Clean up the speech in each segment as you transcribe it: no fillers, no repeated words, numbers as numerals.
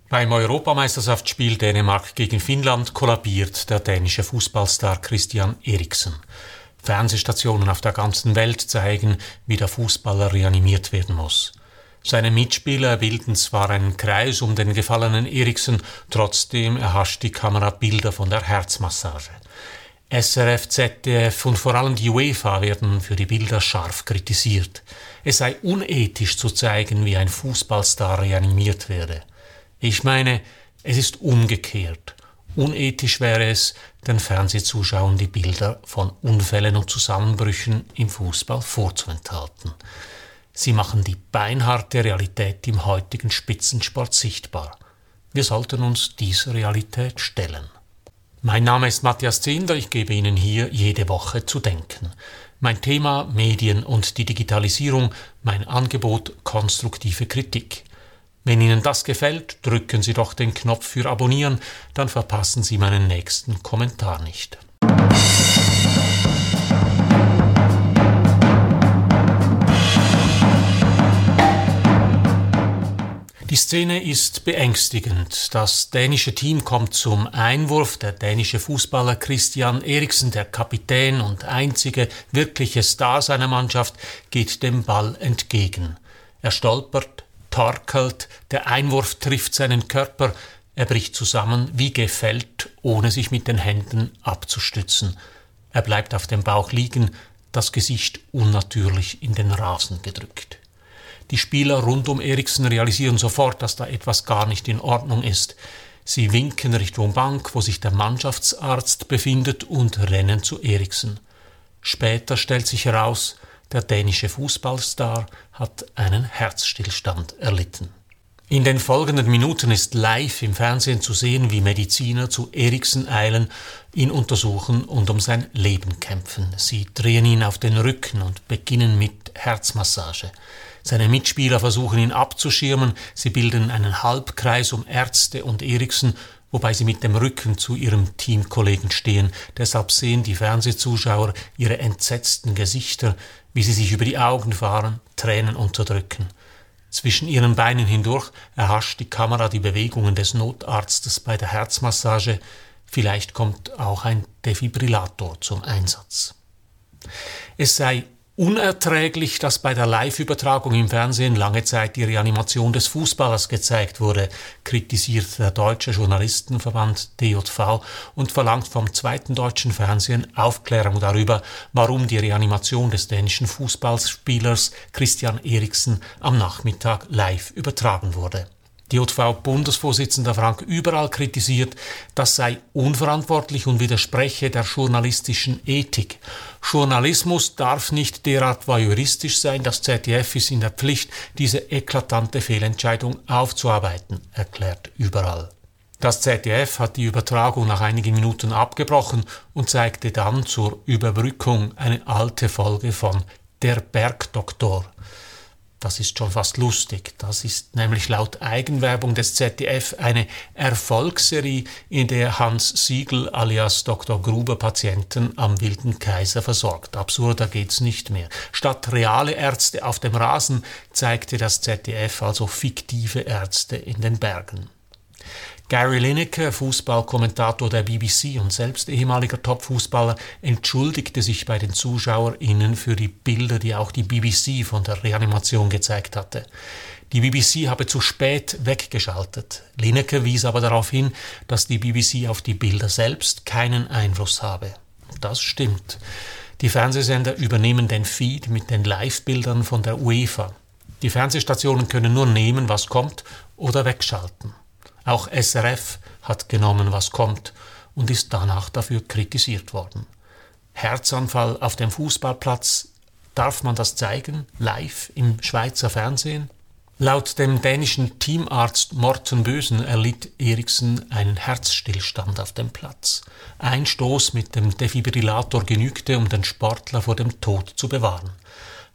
Beim Europameisterschaftsspiel Dänemark gegen Finnland kollabiert der dänische Fußballstar Christian Eriksen. Fernsehstationen auf der ganzen Welt zeigen, wie der Fußballer reanimiert werden muss. Seine Mitspieler bilden zwar einen Kreis um den gefallenen Eriksen, trotzdem erhascht die Kamera Bilder von der Herzmassage. SRF, ZDF und vor allem die UEFA werden für die Bilder scharf kritisiert. Es sei unethisch zu zeigen, wie ein Fußballstar reanimiert werde. Ich meine, es ist umgekehrt. Unethisch wäre es, den Fernsehzuschauern die Bilder von Unfällen und Zusammenbrüchen im Fußball vorzuenthalten. Sie machen die beinharte Realität im heutigen Spitzensport sichtbar. Wir sollten uns dieser Realität stellen. Mein Name ist Matthias Zehnder, ich gebe Ihnen hier jede Woche zu denken. Mein Thema Medien und die Digitalisierung, mein Angebot konstruktive Kritik. Wenn Ihnen das gefällt, drücken Sie doch den Knopf für Abonnieren, dann verpassen Sie meinen nächsten Kommentar nicht. Die Szene ist beängstigend. Das dänische Team kommt zum Einwurf. Der dänische Fußballer Christian Eriksen, der Kapitän und einzige wirkliche Star seiner Mannschaft, geht dem Ball entgegen. Er stolpert, torkelt, der Einwurf trifft seinen Körper, er bricht zusammen wie gefällt, ohne sich mit den Händen abzustützen. Er bleibt auf dem Bauch liegen, das Gesicht unnatürlich in den Rasen gedrückt. Die Spieler rund um Eriksen realisieren sofort, dass da etwas gar nicht in Ordnung ist. Sie winken Richtung Bank, wo sich der Mannschaftsarzt befindet, und rennen zu Eriksen. Später stellt sich heraus, der dänische Fußballstar hat einen Herzstillstand erlitten. In den folgenden Minuten ist live im Fernsehen zu sehen, wie Mediziner zu Eriksen eilen, ihn untersuchen und um sein Leben kämpfen. Sie drehen ihn auf den Rücken und beginnen mit Herzmassage. Seine Mitspieler versuchen ihn abzuschirmen, sie bilden einen Halbkreis um Ärzte und Eriksen, wobei sie mit dem Rücken zu ihrem Teamkollegen stehen. Deshalb sehen die Fernsehzuschauer ihre entsetzten Gesichter, wie sie sich über die Augen fahren, Tränen unterdrücken. Zwischen ihren Beinen hindurch erhascht die Kamera die Bewegungen des Notarztes bei der Herzmassage. Vielleicht kommt auch ein Defibrillator zum Einsatz. Es sei unerträglich, dass bei der Live-Übertragung im Fernsehen lange Zeit die Reanimation des Fußballers gezeigt wurde, kritisiert der Deutsche Journalistenverband DJV und verlangt vom zweiten deutschen Fernsehen Aufklärung darüber, warum die Reanimation des dänischen Fußballspielers Christian Eriksen am Nachmittag live übertragen wurde. DJV-Bundesvorsitzender Frank Überall kritisiert, das sei unverantwortlich und widerspreche der journalistischen Ethik. Journalismus darf nicht derart voyeuristisch sein, das ZDF ist in der Pflicht, diese eklatante Fehlentscheidung aufzuarbeiten, erklärt Überall. Das ZDF hat die Übertragung nach einigen Minuten abgebrochen und zeigte dann zur Überbrückung eine alte Folge von Der Bergdoktor. Das ist schon fast lustig. Das ist nämlich laut Eigenwerbung des ZDF eine Erfolgsserie, in der Hans Siegel alias Dr. Gruber Patienten am Wilden Kaiser versorgt. Absurder geht's nicht mehr. Statt reale Ärzte auf dem Rasen zeigte das ZDF also fiktive Ärzte in den Bergen. Gary Lineker, Fußballkommentator der BBC und selbst ehemaliger Top-Fußballer, entschuldigte sich bei den ZuschauerInnen für die Bilder, die auch die BBC von der Reanimation gezeigt hatte. Die BBC habe zu spät weggeschaltet. Lineker wies aber darauf hin, dass die BBC auf die Bilder selbst keinen Einfluss habe. Das stimmt. Die Fernsehsender übernehmen den Feed mit den Live-Bildern von der UEFA. Die Fernsehstationen können nur nehmen, was kommt, oder wegschalten. Auch SRF hat genommen, was kommt, und ist danach dafür kritisiert worden. Herzanfall auf dem Fußballplatz, darf man das zeigen, live im Schweizer Fernsehen? Laut dem dänischen Teamarzt Morten Bösen erlitt Eriksen einen Herzstillstand auf dem Platz. Ein Stoß mit dem Defibrillator genügte, um den Sportler vor dem Tod zu bewahren.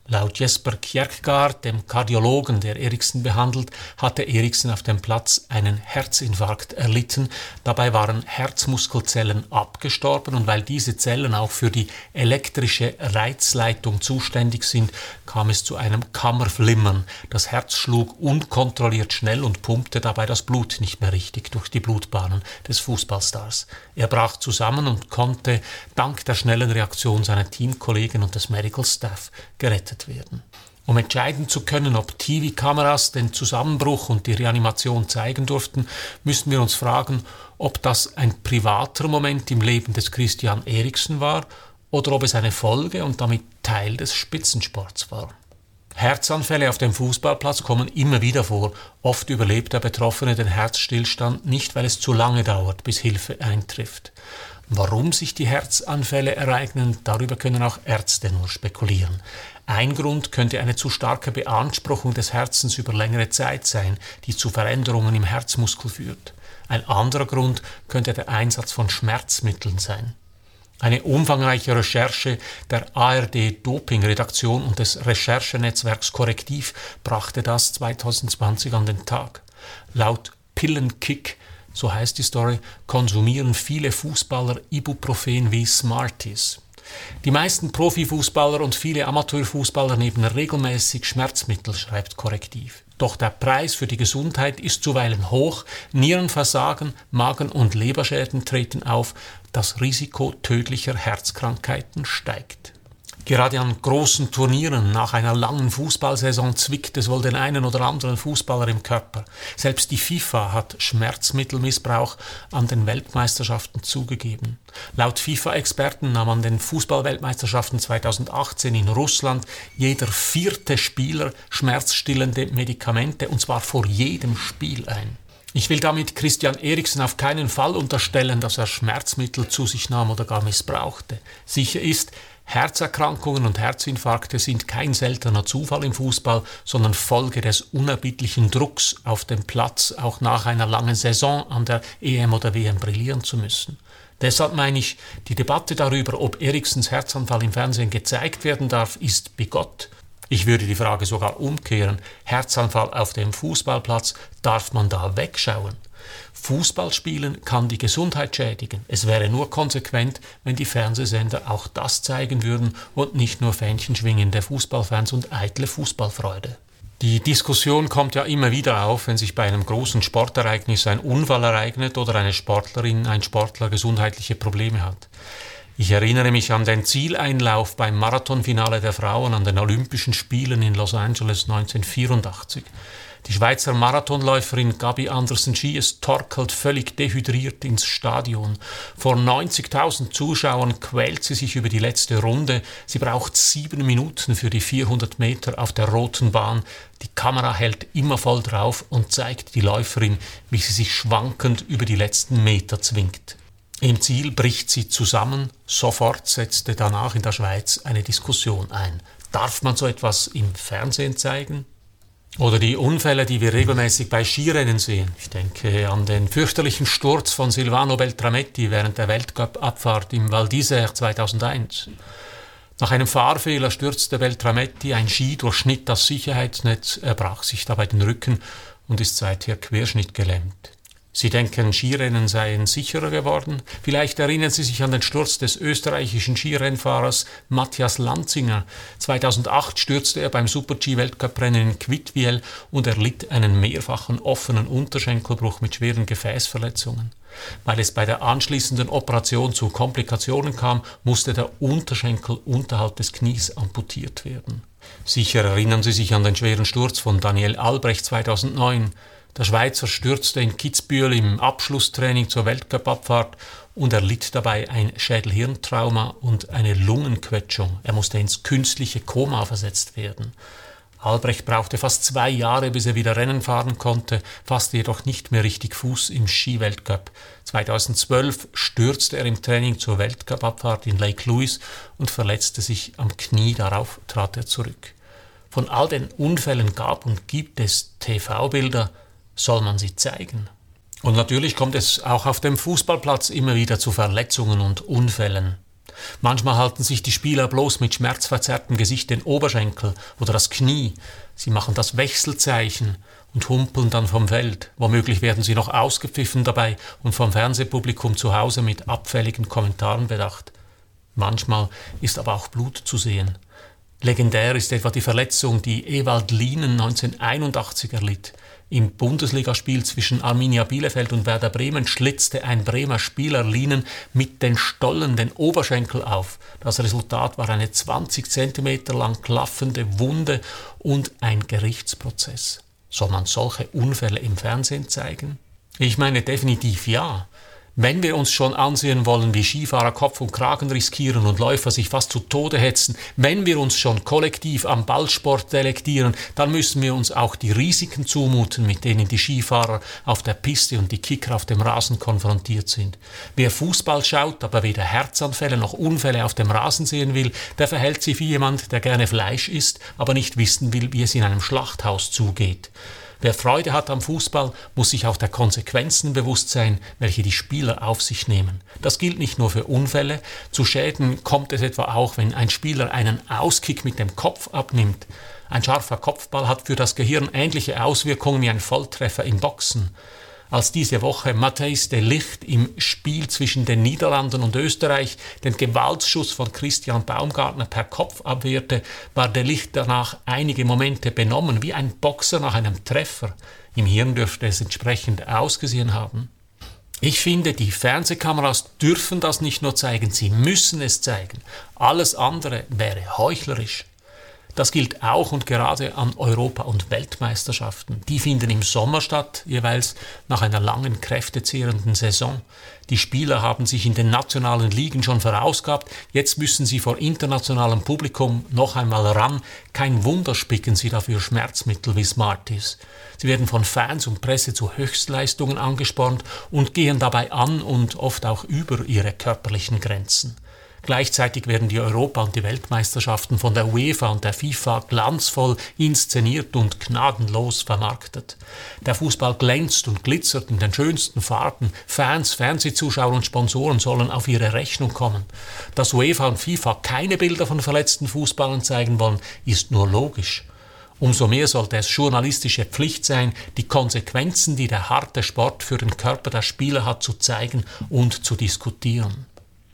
Laut Jesper Kjerkgaard, dem Kardiologen, der Eriksen behandelt, hatte Eriksen auf dem Platz einen Herzinfarkt erlitten. Dabei waren Herzmuskelzellen abgestorben und weil diese Zellen auch für die elektrische Reizleitung zuständig sind, kam es zu einem Kammerflimmern. Das Herz schlug unkontrolliert schnell und pumpte dabei das Blut nicht mehr richtig durch die Blutbahnen des Fußballstars. Er brach zusammen und konnte dank der schnellen Reaktion seiner Teamkollegen und des Medical Staff gerettet werden. Um entscheiden zu können, ob TV-Kameras den Zusammenbruch und die Reanimation zeigen durften, müssen wir uns fragen, ob das ein privater Moment im Leben des Christian Eriksen war oder ob es eine Folge und damit Teil des Spitzensports war. Herzanfälle auf dem Fußballplatz kommen immer wieder vor. Oft überlebt der Betroffene den Herzstillstand nicht, weil es zu lange dauert, bis Hilfe eintrifft. Warum sich die Herzanfälle ereignen, darüber können auch Ärzte nur spekulieren. Ein Grund könnte eine zu starke Beanspruchung des Herzens über längere Zeit sein, die zu Veränderungen im Herzmuskel führt. Ein anderer Grund könnte der Einsatz von Schmerzmitteln sein. Eine umfangreiche Recherche der ARD-Doping-Redaktion und des Recherchenetzwerks Korrektiv brachte das 2020 an den Tag. Laut Pillenkick, so heißt die Story, konsumieren viele Fußballer Ibuprofen wie Smarties. Die meisten Profifußballer und viele Amateurfußballer nehmen regelmäßig Schmerzmittel, schreibt Korrektiv. Doch der Preis für die Gesundheit ist zuweilen hoch, Nierenversagen, Magen- und Leberschäden treten auf, das Risiko tödlicher Herzkrankheiten steigt. Gerade an großen Turnieren nach einer langen Fußballsaison zwickt es wohl den einen oder anderen Fußballer im Körper. Selbst die FIFA hat Schmerzmittelmissbrauch an den Weltmeisterschaften zugegeben. Laut FIFA-Experten nahm an den Fußballweltmeisterschaften 2018 in Russland jeder 4. Spieler schmerzstillende Medikamente, und zwar vor jedem Spiel ein. Ich will damit Christian Eriksen auf keinen Fall unterstellen, dass er Schmerzmittel zu sich nahm oder gar missbrauchte. Sicher ist, Herzerkrankungen und Herzinfarkte sind kein seltener Zufall im Fußball, sondern Folge des unerbittlichen Drucks auf dem Platz, auch nach einer langen Saison an der EM oder WM brillieren zu müssen. Deshalb meine ich, die Debatte darüber, ob Eriksens Herzanfall im Fernsehen gezeigt werden darf, ist bigott. Ich würde die Frage sogar umkehren. Herzanfall auf dem Fußballplatz, darf man da wegschauen? Fußballspielen kann die Gesundheit schädigen. Es wäre nur konsequent, wenn die Fernsehsender auch das zeigen würden und nicht nur Fähnchenschwingende Fußballfans und eitle Fußballfreude. Die Diskussion kommt ja immer wieder auf, wenn sich bei einem großen Sportereignis ein Unfall ereignet oder eine Sportlerin, ein Sportler gesundheitliche Probleme hat. Ich erinnere mich an den Zieleinlauf beim Marathonfinale der Frauen an den Olympischen Spielen in Los Angeles 1984. Die Schweizer Marathonläuferin Gabi Andersen-Schiess torkelt völlig dehydriert ins Stadion. Vor 90.000 Zuschauern quält sie sich über die letzte Runde. Sie braucht 7 Minuten für die 400 Meter auf der roten Bahn. Die Kamera hält immer voll drauf und zeigt die Läuferin, wie sie sich schwankend über die letzten Meter zwingt. Im Ziel bricht sie zusammen. Sofort setzte danach in der Schweiz eine Diskussion ein. Darf man so etwas im Fernsehen zeigen? Oder die Unfälle, die wir regelmäßig bei Skirennen sehen. Ich denke an den fürchterlichen Sturz von Silvano Beltrametti während der Weltcup-Abfahrt im Val d'Isère 2001. Nach einem Fahrfehler stürzte Beltrametti, ein Ski durchschnitt das Sicherheitsnetz, er brach sich dabei den Rücken und ist seither querschnittgelähmt. Sie denken, Skirennen seien sicherer geworden? Vielleicht erinnern Sie sich an den Sturz des österreichischen Skirennfahrers Matthias Lanzinger. 2008 stürzte er beim Super-G-Weltcuprennen in Quidviel und erlitt einen mehrfachen offenen Unterschenkelbruch mit schweren Gefäßverletzungen. Weil es bei der anschließenden Operation zu Komplikationen kam, musste der Unterschenkel unterhalb des Knies amputiert werden. Sicher erinnern Sie sich an den schweren Sturz von Daniel Albrecht 2009. Der Schweizer stürzte in Kitzbühel im Abschlusstraining zur Weltcup-Abfahrt und erlitt dabei ein Schädel-Hirntrauma und eine Lungenquetschung. Er musste ins künstliche Koma versetzt werden. Albrecht brauchte fast 2 Jahre, bis er wieder Rennen fahren konnte, fasste jedoch nicht mehr richtig Fuß im Skiweltcup. 2012 stürzte er im Training zur Weltcup-Abfahrt in Lake Louise und verletzte sich am Knie. Darauf trat er zurück. Von all den Unfällen gab und gibt es TV-Bilder. Soll man sie zeigen? Und natürlich kommt es auch auf dem Fußballplatz immer wieder zu Verletzungen und Unfällen. Manchmal halten sich die Spieler bloß mit schmerzverzerrtem Gesicht den Oberschenkel oder das Knie. Sie machen das Wechselzeichen und humpeln dann vom Feld. Womöglich werden sie noch ausgepfiffen dabei und vom Fernsehpublikum zu Hause mit abfälligen Kommentaren bedacht. Manchmal ist aber auch Blut zu sehen. Legendär ist etwa die Verletzung, die Ewald Lienen 1981 erlitt. Im Bundesligaspiel zwischen Arminia Bielefeld und Werder Bremen schlitzte ein Bremer Spieler Lienen mit den Stollen den Oberschenkel auf. Das Resultat war eine 20 cm lang klaffende Wunde und ein Gerichtsprozess. Soll man solche Unfälle im Fernsehen zeigen? Ich meine definitiv ja. Wenn wir uns schon ansehen wollen, wie Skifahrer Kopf und Kragen riskieren und Läufer sich fast zu Tode hetzen, wenn wir uns schon kollektiv am Ballsport delektieren, dann müssen wir uns auch die Risiken zumuten, mit denen die Skifahrer auf der Piste und die Kicker auf dem Rasen konfrontiert sind. Wer Fußball schaut, aber weder Herzanfälle noch Unfälle auf dem Rasen sehen will, der verhält sich wie jemand, der gerne Fleisch isst, aber nicht wissen will, wie es in einem Schlachthaus zugeht. Wer Freude hat am Fußball, muss sich auch der Konsequenzen bewusst sein, welche die Spieler auf sich nehmen. Das gilt nicht nur für Unfälle. Zu Schäden kommt es etwa auch, wenn ein Spieler einen Auskick mit dem Kopf abnimmt. Ein scharfer Kopfball hat für das Gehirn ähnliche Auswirkungen wie ein Volltreffer im Boxen. Als diese Woche Matthijs de Ligt im Spiel zwischen den Niederlanden und Österreich den Gewaltschuss von Christian Baumgartner per Kopf abwehrte, war de Ligt danach einige Momente benommen, wie ein Boxer nach einem Treffer. Im Hirn dürfte es entsprechend ausgesehen haben. Ich finde, die Fernsehkameras dürfen das nicht nur zeigen, sie müssen es zeigen. Alles andere wäre heuchlerisch. Das gilt auch und gerade an Europa- und Weltmeisterschaften. Die finden im Sommer statt, jeweils nach einer langen, kräftezehrenden Saison. Die Spieler haben sich in den nationalen Ligen schon verausgabt, jetzt müssen sie vor internationalem Publikum noch einmal ran. Kein Wunder spicken sie dafür Schmerzmittel wie Smarties. Sie werden von Fans und Presse zu Höchstleistungen angespornt und gehen dabei an und oft auch über ihre körperlichen Grenzen. Gleichzeitig werden die Europa- und die Weltmeisterschaften von der UEFA und der FIFA glanzvoll inszeniert und gnadenlos vermarktet. Der Fußball glänzt und glitzert in den schönsten Farben. Fans, Fernsehzuschauer und Sponsoren sollen auf ihre Rechnung kommen. Dass UEFA und FIFA keine Bilder von verletzten Fußballern zeigen wollen, ist nur logisch. Umso mehr sollte es journalistische Pflicht sein, die Konsequenzen, die der harte Sport für den Körper der Spieler hat, zu zeigen und zu diskutieren.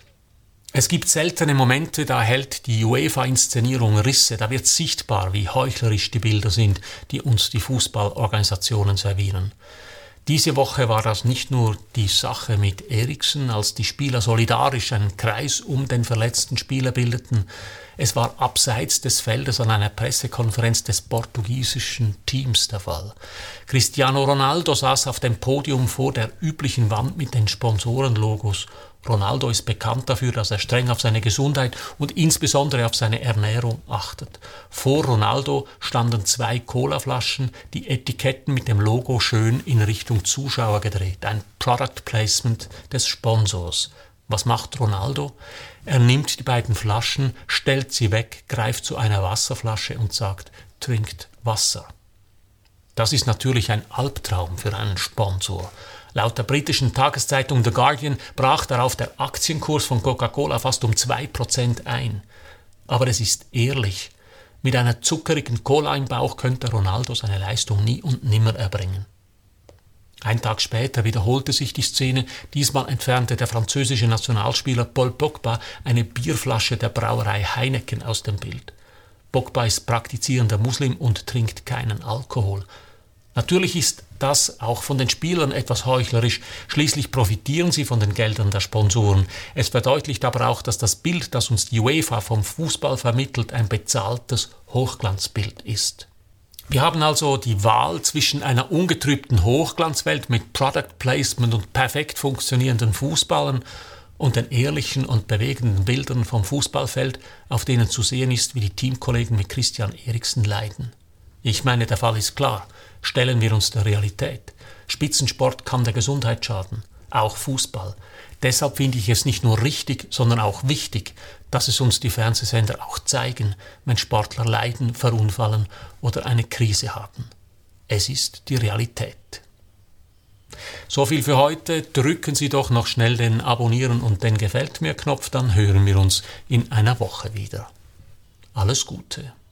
Es gibt seltene Momente, da erhält die UEFA-Inszenierung Risse, da wird sichtbar, wie heuchlerisch die Bilder sind, die uns die Fußballorganisationen servieren. Diese Woche war das nicht nur die Sache mit Eriksen, als die Spieler solidarisch einen Kreis um den verletzten Spieler bildeten. Es war abseits des Feldes an einer Pressekonferenz des portugiesischen Teams der Fall. Cristiano Ronaldo saß auf dem Podium vor der üblichen Wand mit den Sponsorenlogos. Ronaldo ist bekannt dafür, dass er streng auf seine Gesundheit und insbesondere auf seine Ernährung achtet. Vor Ronaldo standen 2 Colaflaschen, die Etiketten mit dem Logo schön in Richtung Zuschauer gedreht. Ein Product Placement des Sponsors. Was macht Ronaldo? Er nimmt die beiden Flaschen, stellt sie weg, greift zu einer Wasserflasche und sagt, trinkt Wasser. Das ist natürlich ein Albtraum für einen Sponsor. Laut der britischen Tageszeitung The Guardian brach darauf der Aktienkurs von Coca-Cola fast um 2% ein. Aber es ist ehrlich. Mit einer zuckerigen Cola im Bauch könnte Ronaldo seine Leistung nie und nimmer erbringen. Ein Tag später wiederholte sich die Szene. Diesmal entfernte der französische Nationalspieler Paul Pogba eine Bierflasche der Brauerei Heineken aus dem Bild. Pogba ist praktizierender Muslim und trinkt keinen Alkohol. Natürlich ist das auch von den Spielern etwas heuchlerisch. Schließlich profitieren sie von den Geldern der Sponsoren. Es verdeutlicht aber auch, dass das Bild, das uns die UEFA vom Fußball vermittelt, ein bezahltes Hochglanzbild ist. Wir haben also die Wahl zwischen einer ungetrübten Hochglanzwelt mit Product Placement und perfekt funktionierenden Fußballern und den ehrlichen und bewegenden Bildern vom Fußballfeld, auf denen zu sehen ist, wie die Teamkollegen mit Christian Eriksen leiden. Ich meine, der Fall ist klar. Stellen wir uns der Realität. Spitzensport kann der Gesundheit schaden, auch Fußball. Deshalb finde ich es nicht nur richtig, sondern auch wichtig, dass es uns die Fernsehsender auch zeigen, wenn Sportler leiden, verunfallen oder eine Krise haben. Es ist die Realität. So viel für heute. Drücken Sie doch noch schnell den Abonnieren und den Gefällt mir Knopf, dann hören wir uns in einer Woche wieder. Alles Gute.